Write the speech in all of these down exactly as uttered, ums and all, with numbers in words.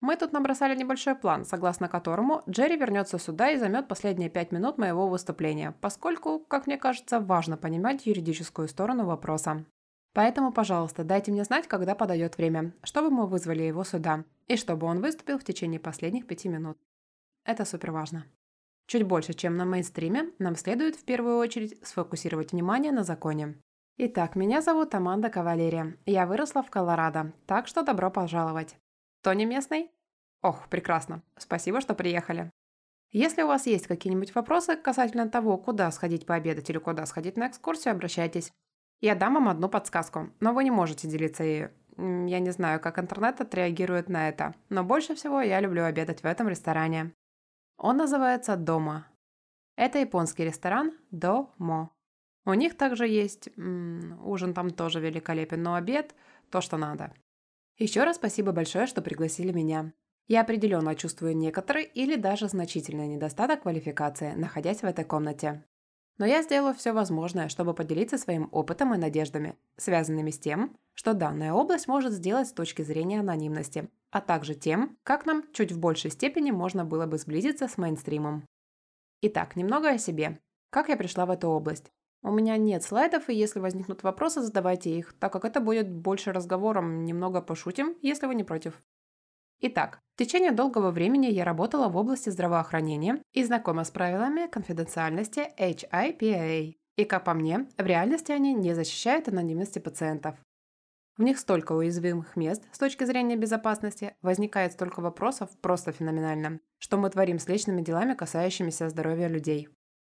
Мы тут набросали небольшой план, согласно которому Джерри вернется сюда и займет последние пять минут моего выступления, поскольку, как мне кажется, важно понимать юридическую сторону вопроса. Поэтому, пожалуйста, дайте мне знать, когда подойдет время, чтобы мы вызвали его сюда, и чтобы он выступил в течение последних пяти минут. Это супер важно. Чуть больше, чем на мейнстриме, нам следует в первую очередь сфокусировать внимание на законе. Итак, меня зовут Аманда Кавалерия. Я выросла в Колорадо, так что добро пожаловать. Кто не местный? Ох, прекрасно. Спасибо, что приехали. Если у вас есть какие-нибудь вопросы касательно того, куда сходить пообедать или куда сходить на экскурсию, обращайтесь. Я дам вам одну подсказку, но вы не можете делиться ею. М, Я не знаю, как интернет отреагирует на это, но больше всего я люблю обедать в этом ресторане. Он называется Дома. Это японский ресторан Домо. У них также есть м, ужин, там тоже великолепен, но обед– то, что надо. Еще раз спасибо большое, что пригласили меня. Я определенно чувствую некоторый или даже значительный недостаток квалификации, находясь в этой комнате. Но я сделаю все возможное, чтобы поделиться своим опытом и надеждами, связанными с тем, что данная область может сделать с точки зрения анонимности, а также тем, как нам чуть в большей степени можно было бы сблизиться с мейнстримом. Итак, немного о себе. Как я пришла в эту область? У меня нет слайдов, и если возникнут вопросы, задавайте их, так как это будет больше разговором, немного пошутим, если вы не против. Итак, в течение долгого времени я работала в области здравоохранения и знакома с правилами конфиденциальности эйч ай пи эй. И, как по мне, в реальности они не защищают анонимности пациентов. В них столько уязвимых мест с точки зрения безопасности, возникает столько вопросов просто феноменально, что мы творим с личными делами, касающимися здоровья людей.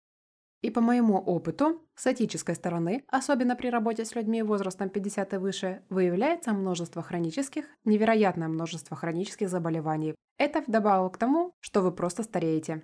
И по моему опыту, с этической стороны, особенно при работе с людьми возрастом пятьдесят и выше, выявляется множество хронических, невероятное множество хронических заболеваний. Это вдобавок к тому, что вы просто стареете.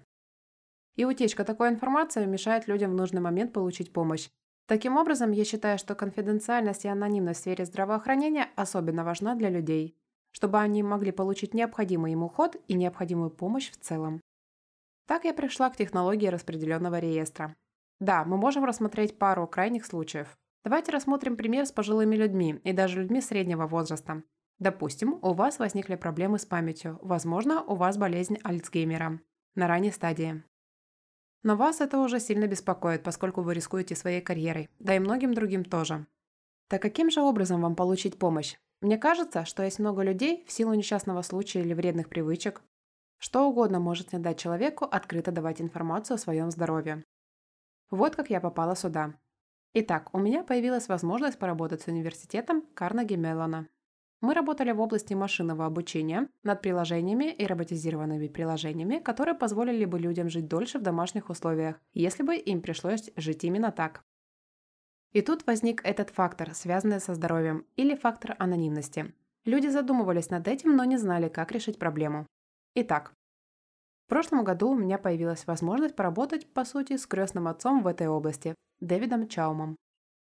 И утечка такой информации мешает людям в нужный момент получить помощь. Таким образом, я считаю, что конфиденциальность и анонимность в сфере здравоохранения особенно важна для людей, чтобы они могли получить необходимый им уход и необходимую помощь в целом. Так я пришла к технологии распределенного реестра. Да, мы можем рассмотреть пару крайних случаев. Давайте рассмотрим пример с пожилыми людьми и даже людьми среднего возраста. Допустим, у вас возникли проблемы с памятью, возможно, у вас болезнь Альцгеймера на ранней стадии. Но вас это уже сильно беспокоит, поскольку вы рискуете своей карьерой, да и многим другим тоже. Так каким же образом вам получить помощь? Мне кажется, что есть много людей, в силу несчастного случая или вредных привычек, что угодно может не дать человеку открыто давать информацию о своем здоровье. Вот как я попала сюда. Итак, у меня появилась возможность поработать с университетом Карнеги Меллона. Мы работали в области машинного обучения над приложениями и роботизированными приложениями, которые позволили бы людям жить дольше в домашних условиях, если бы им пришлось жить именно так. И тут возник этот фактор, связанный со здоровьем, или фактор анонимности. Люди задумывались над этим, но не знали, как решить проблему. Итак, в прошлом году у меня появилась возможность поработать, по сути, с крестным отцом в этой области, Дэвидом Чаумом.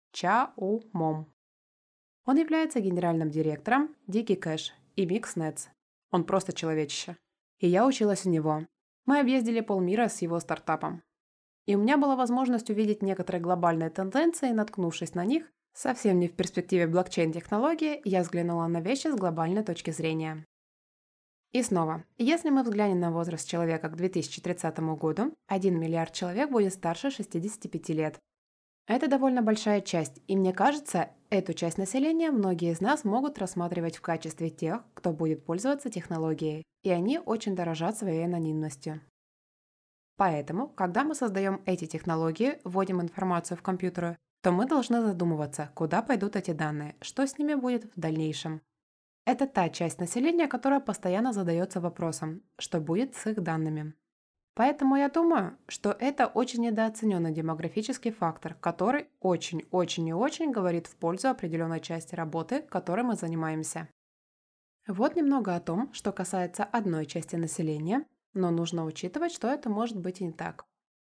Чаумом. Он является генеральным директором DigiCash и MixNets. Он просто человечище. И я училась у него. Мы объездили полмира с его стартапом. И у меня была возможность увидеть некоторые глобальные тенденции, и, наткнувшись на них, совсем не в перспективе блокчейн-технологии, я взглянула на вещи с глобальной точки зрения. И снова, если мы взглянем на возраст человека к две тысячи тридцатому году, один миллиард человек будет старше шестидесяти пяти лет. Это довольно большая часть, и мне кажется, эту часть населения многие из нас могут рассматривать в качестве тех, кто будет пользоваться технологией, и они очень дорожат своей анонимностью. Поэтому, когда мы создаем эти технологии, вводим информацию в компьютеры, то мы должны задумываться, куда пойдут эти данные, что с ними будет в дальнейшем. Это та часть населения, которая постоянно задается вопросом, что будет с их данными. Поэтому я думаю, что это очень недооцененный демографический фактор, который очень-очень и очень говорит в пользу определенной части работы, которой мы занимаемся. Вот немного о том, что касается одной части населения, но нужно учитывать, что это может быть и не так.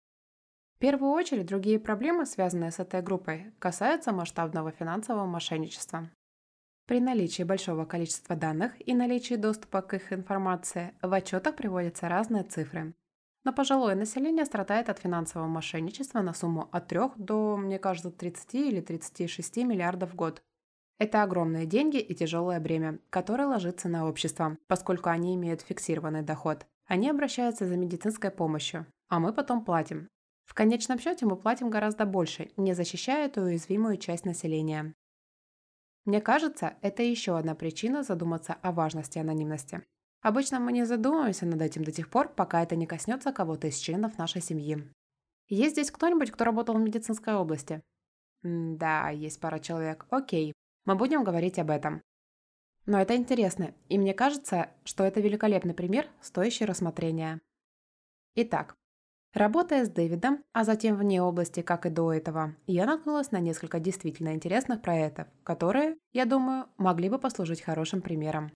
В первую очередь, другие проблемы, связанные с этой группой, касаются масштабного финансового мошенничества. При наличии большого количества данных и наличии доступа к их информации в отчетах приводятся разные цифры. Но пожилое население страдает от финансового мошенничества на сумму от трёх до, мне кажется, тридцати или тридцати шести миллиардов в год. Это огромные деньги и тяжелое бремя, которое ложится на общество, поскольку они имеют фиксированный доход. Они обращаются за медицинской помощью, а мы потом платим. В конечном счете мы платим гораздо больше, не защищая эту уязвимую часть населения. Мне кажется, это еще одна причина задуматься о важности анонимности. Обычно мы не задумываемся над этим до тех пор, пока это не коснется кого-то из членов нашей семьи. Есть здесь кто-нибудь, кто работал в медицинской области? М, да, есть пара человек. Окей, мы будем говорить об этом. Но это интересно, и мне кажется, что это великолепный пример, стоящий рассмотрения. Итак, работая с Дэвидом, а затем вне области, как и до этого, я наткнулась на несколько действительно интересных проектов, которые, я думаю, могли бы послужить хорошим примером.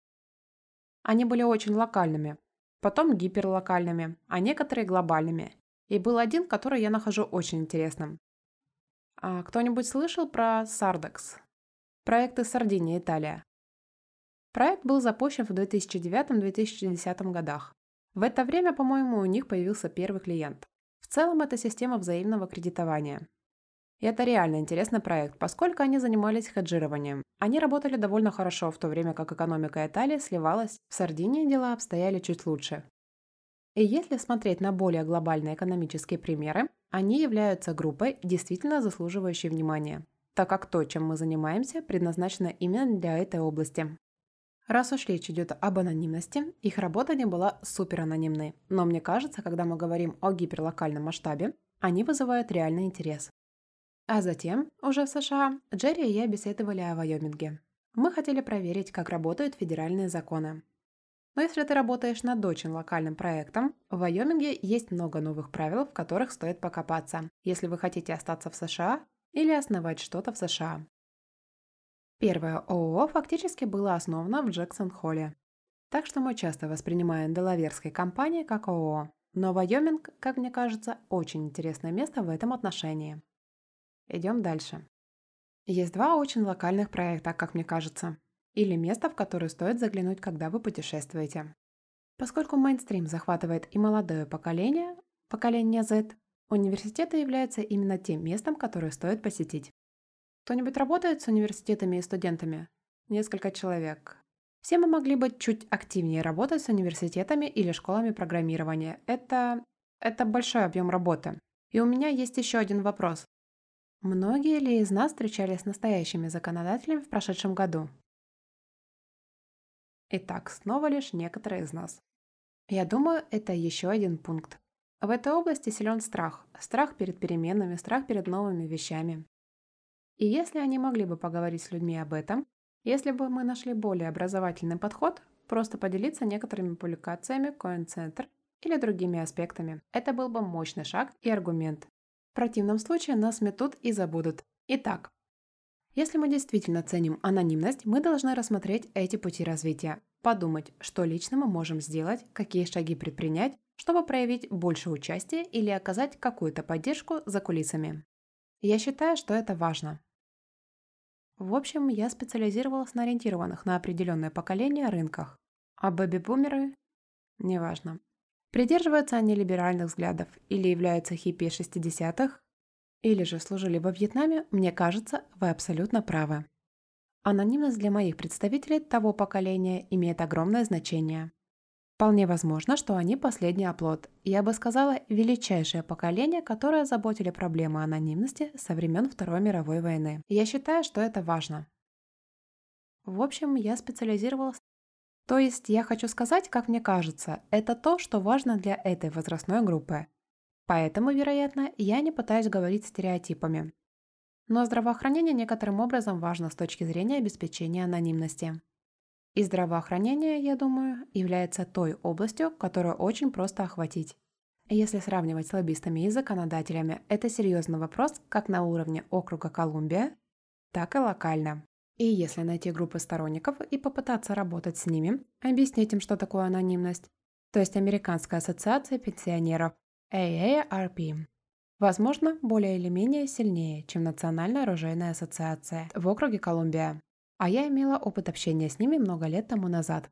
Они были очень локальными, потом гиперлокальными, а некоторые глобальными. И был один, который я нахожу очень интересным. А кто-нибудь слышал про Sardex? Проект из Сардинии, Италия. Проект был запущен в две тысячи девятом — две тысячи десятом годах. В это время, по-моему, у них появился первый клиент. В целом, это система взаимного кредитования. И это реально интересный проект, поскольку они занимались хеджированием. Они работали довольно хорошо, в то время как экономика Италии сливалась, в Сардинии дела обстояли чуть лучше. И если смотреть на более глобальные экономические примеры, они являются группой, действительно заслуживающей внимания, так как то, чем мы занимаемся, предназначено именно для этой области. Раз уж речь идет об анонимности, их работа не была суперанонимной, но мне кажется, когда мы говорим о гиперлокальном масштабе, они вызывают реальный интерес. А затем, уже в США, Джерри и я беседовали о Вайоминге. Мы хотели проверить, как работают федеральные законы. Но если ты работаешь над очень локальным проектом, в Вайоминге есть много новых правил, в которых стоит покопаться, если вы хотите остаться в США или основать что-то в США. Первое ООО фактически было основано в Джексон-Холле. Так что мы часто воспринимаем делаверские компании как ООО. Но Вайоминг, как мне кажется, очень интересное место в этом отношении. Идем дальше. Есть два очень локальных проекта, как мне кажется. Или место, в которое стоит заглянуть, когда вы путешествуете. Поскольку мейнстрим захватывает и молодое поколение, поколение зет, университеты являются именно тем местом, которое стоит посетить. Кто-нибудь работает с университетами и студентами? Несколько человек. Все мы могли бы чуть активнее работать с университетами или школами программирования. Это... это большой объем работы. И у меня есть еще один вопрос. Многие ли из нас встречались с настоящими законодателями в прошедшем году? Итак, снова лишь некоторые из нас. Я думаю, это еще один пункт. В этой области силен страх. Страх перед переменами, страх перед новыми вещами. И если они могли бы поговорить с людьми об этом, если бы мы нашли более образовательный подход, просто поделиться некоторыми публикациями CoinCenter или другими аспектами, это был бы мощный шаг и аргумент. В противном случае нас сметут и забудут. Итак, если мы действительно ценим анонимность, мы должны рассмотреть эти пути развития, подумать, что лично мы можем сделать, какие шаги предпринять, чтобы проявить больше участия или оказать какую-то поддержку за кулисами. Я считаю, что это важно. В общем, я специализировалась на ориентированных на определенное поколение рынках, а бэби-бумеры – неважно. Придерживаются они либеральных взглядов или являются хиппи шестидесятых, или же служили во Вьетнаме, мне кажется, вы абсолютно правы. Анонимность для моих представителей того поколения имеет огромное значение. Вполне возможно, что они последний оплот. Я бы сказала, величайшее поколение, которое заботили проблемы анонимности со времен Второй мировой войны. Я считаю, что это важно. В общем, я специализировалась. То есть, я хочу сказать, как мне кажется, это то, что важно для этой возрастной группы. Поэтому, вероятно, я не пытаюсь говорить стереотипами. Но здравоохранение некоторым образом важно с точки зрения обеспечения анонимности. И здравоохранение, я думаю, является той областью, которую очень просто охватить. Если сравнивать с лоббистами и законодателями, это серьезный вопрос как на уровне округа Колумбия, так и локально. И если найти группы сторонников и попытаться работать с ними, объяснить им, что такое анонимность, то есть Американская ассоциация пенсионеров эй эй ар пи, возможно, более или менее сильнее, чем Национальная оружейная ассоциация в округе Колумбия. А я имела опыт общения с ними много лет тому назад.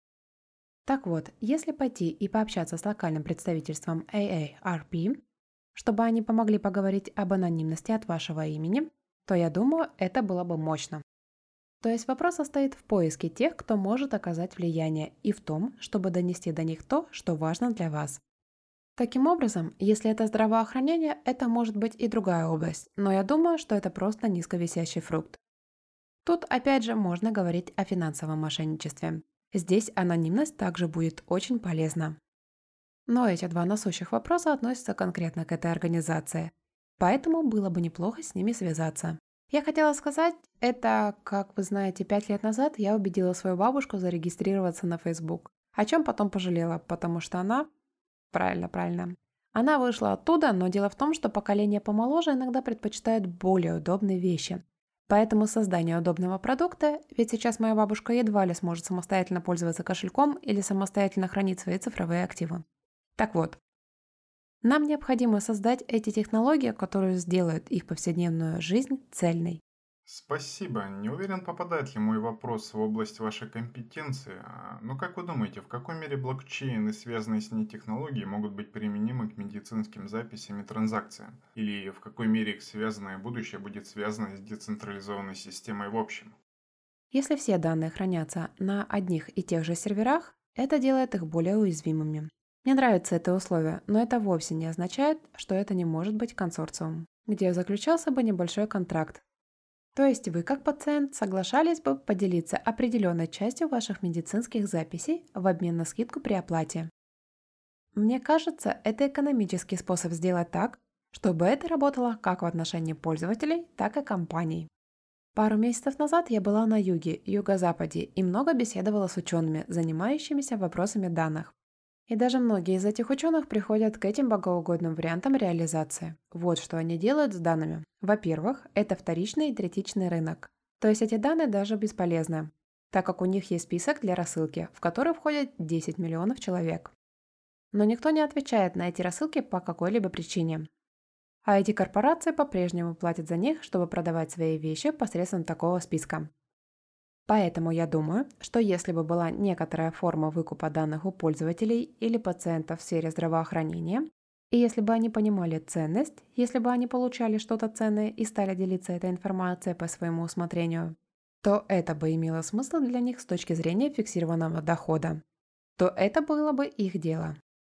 Так вот, если пойти и пообщаться с локальным представительством эй эй ар пи, чтобы они помогли поговорить об анонимности от вашего имени, то я думаю, это было бы мощно. То есть вопрос состоит в поиске тех, кто может оказать влияние, и в том, чтобы донести до них то, что важно для вас. Таким образом, если это здравоохранение, это может быть и другая область, но я думаю, что это просто низковисящий фрукт. Тут опять же можно говорить о финансовом мошенничестве. Здесь анонимность также будет очень полезна. Но эти два насущих вопроса относятся конкретно к этой организации, поэтому было бы неплохо с ними связаться. Я хотела сказать, это, как вы знаете, пять лет назад я убедила свою бабушку зарегистрироваться на Facebook, о чем потом пожалела, потому что она... Правильно, правильно. Она вышла оттуда, но дело в том, что поколение помоложе иногда предпочитают более удобные вещи. Поэтому создание удобного продукта, ведь сейчас моя бабушка едва ли сможет самостоятельно пользоваться кошельком или самостоятельно хранить свои цифровые активы. Так вот, нам необходимо создать эти технологии, которые сделают их повседневную жизнь цельной. Спасибо. Не уверен, попадает ли мой вопрос в область вашей компетенции. А, Но как вы думаете, в какой мере блокчейн и связанные с ней технологии могут быть применимы к медицинским записям и транзакциям? Или в какой мере их связанное будущее будет связано с децентрализованной системой в общем? Если все данные хранятся на одних и тех же серверах, это делает их более уязвимыми. Мне нравится это условие, но это вовсе не означает, что это не может быть консорциумом, где заключался бы небольшой контракт. То есть вы, как пациент, соглашались бы поделиться определенной частью ваших медицинских записей в обмен на скидку при оплате. Мне кажется, это экономический способ сделать так, чтобы это работало как в отношении пользователей, так и компаний. Пару месяцев назад я была на юге, юго-западе и много беседовала с учеными, занимающимися вопросами данных. И даже многие из этих ученых приходят к этим богоугодным вариантам реализации. Вот что они делают с данными. Во-первых, это вторичный и третичный рынок. То есть эти данные даже бесполезны, так как у них есть список для рассылки, в который входят десять миллионов человек. Но никто не отвечает на эти рассылки по какой-либо причине. А эти корпорации по-прежнему платят за них, чтобы продавать свои вещи посредством такого списка. Поэтому я думаю, что если бы была некоторая форма выкупа данных у пользователей или пациентов в сфере здравоохранения, и если бы они понимали ценность, если бы они получали что-то ценное и стали делиться этой информацией по своему усмотрению, то это бы имело смысл для них с точки зрения фиксированного дохода. То это было бы их дело.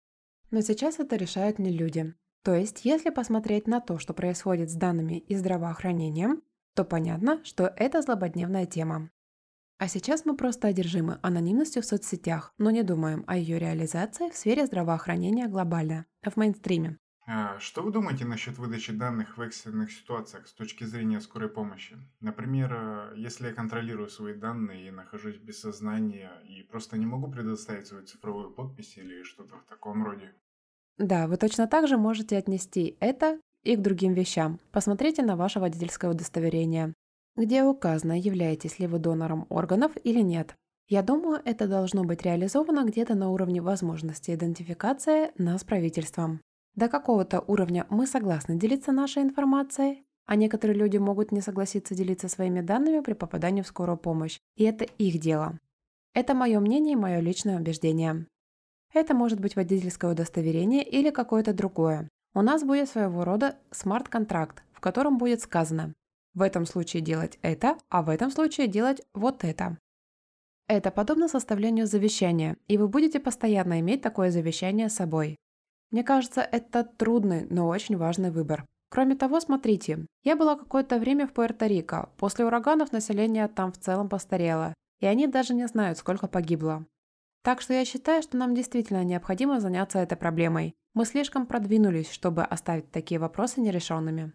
Но сейчас это решают не люди. То есть, если посмотреть на то, что происходит с данными и здравоохранением, то понятно, что это злободневная тема. А сейчас мы просто одержимы анонимностью в соцсетях, но не думаем о ее реализации в сфере здравоохранения глобально, в мейнстриме. А что вы думаете насчет выдачи данных в экстренных ситуациях с точки зрения скорой помощи? Например, э, если я контролирую свои данные и нахожусь без сознания и просто не могу предоставить свою цифровую подпись или что-то в таком роде. Да, вы точно так же можете отнести это и к другим вещам. Посмотрите на ваше водительское удостоверение, где указано, являетесь ли вы донором органов или нет. Я думаю, это должно быть реализовано где-то на уровне возможности идентификации нас правительством. До какого-то уровня мы согласны делиться нашей информацией, а некоторые люди могут не согласиться делиться своими данными при попадании в скорую помощь, и это их дело. Это мое мнение и мое личное убеждение. Это может быть водительское удостоверение или какое-то другое. У нас будет своего рода смарт-контракт, в котором будет сказано: в этом случае делать это, а в этом случае делать вот это. Это подобно составлению завещания, и вы будете постоянно иметь такое завещание с собой. Мне кажется, это трудный, но очень важный выбор. Кроме того, смотрите, я была какое-то время в Пуэрто-Рико. После ураганов население там в целом постарело, и они даже не знают, сколько погибло. Так что я считаю, что нам действительно необходимо заняться этой проблемой. Мы слишком продвинулись, чтобы оставить такие вопросы нерешенными.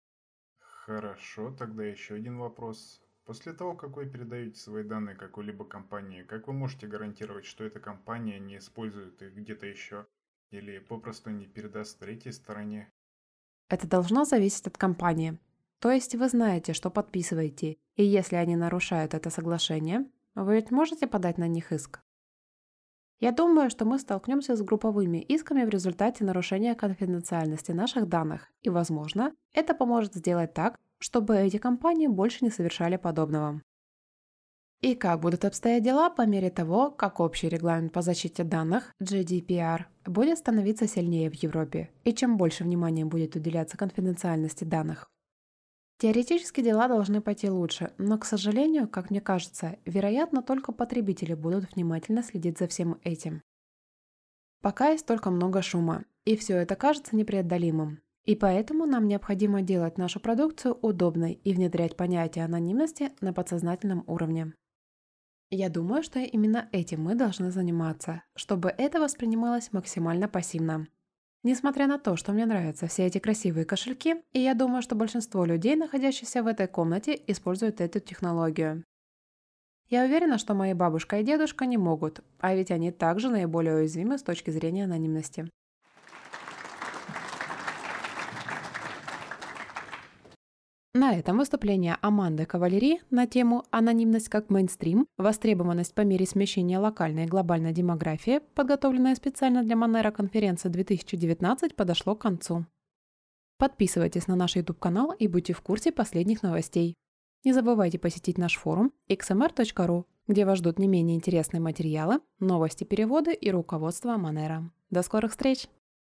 Хорошо, тогда еще один вопрос. После того, как вы передаете свои данные какой-либо компании, как вы можете гарантировать, что эта компания не использует их где-то еще или попросту не передаст третьей стороне? Это должно зависеть от компании. То есть вы знаете, что подписываете, и если они нарушают это соглашение, вы ведь можете подать на них иск. Я думаю, что мы столкнемся с групповыми исками в результате нарушения конфиденциальности наших данных, и, возможно, это поможет сделать так, чтобы эти компании больше не совершали подобного. И как будут обстоять дела по мере того, как общий регламент по защите данных джи ди пи ар будет становиться сильнее в Европе, и чем больше внимания будет уделяться конфиденциальности данных. Теоретически дела должны пойти лучше, но, к сожалению, как мне кажется, вероятно, только потребители будут внимательно следить за всем этим. Пока есть только много шума, и все это кажется непреодолимым. И поэтому нам необходимо делать нашу продукцию удобной и внедрять понятие анонимности на подсознательном уровне. Я думаю, что именно этим мы должны заниматься, чтобы это воспринималось максимально пассивно. Несмотря на то, что мне нравятся все эти красивые кошельки, и я думаю, что большинство людей, находящихся в этой комнате, используют эту технологию. Я уверена, что мои бабушка и дедушка не могут, а ведь они также наиболее уязвимы с точки зрения анонимности. На этом выступление Аманды Кавалери на тему «Анонимность как мейнстрим. Востребованность по мере смещения локальной и глобальной демографии», подготовленная специально для Monero конференции две тысячи девятнадцать, подошло к концу. Подписывайтесь на наш YouTube-канал и будьте в курсе последних новостей. Не забывайте посетить наш форум икс эм эр точка ру, где вас ждут не менее интересные материалы, новости, переводы и руководство Monero. До скорых встреч!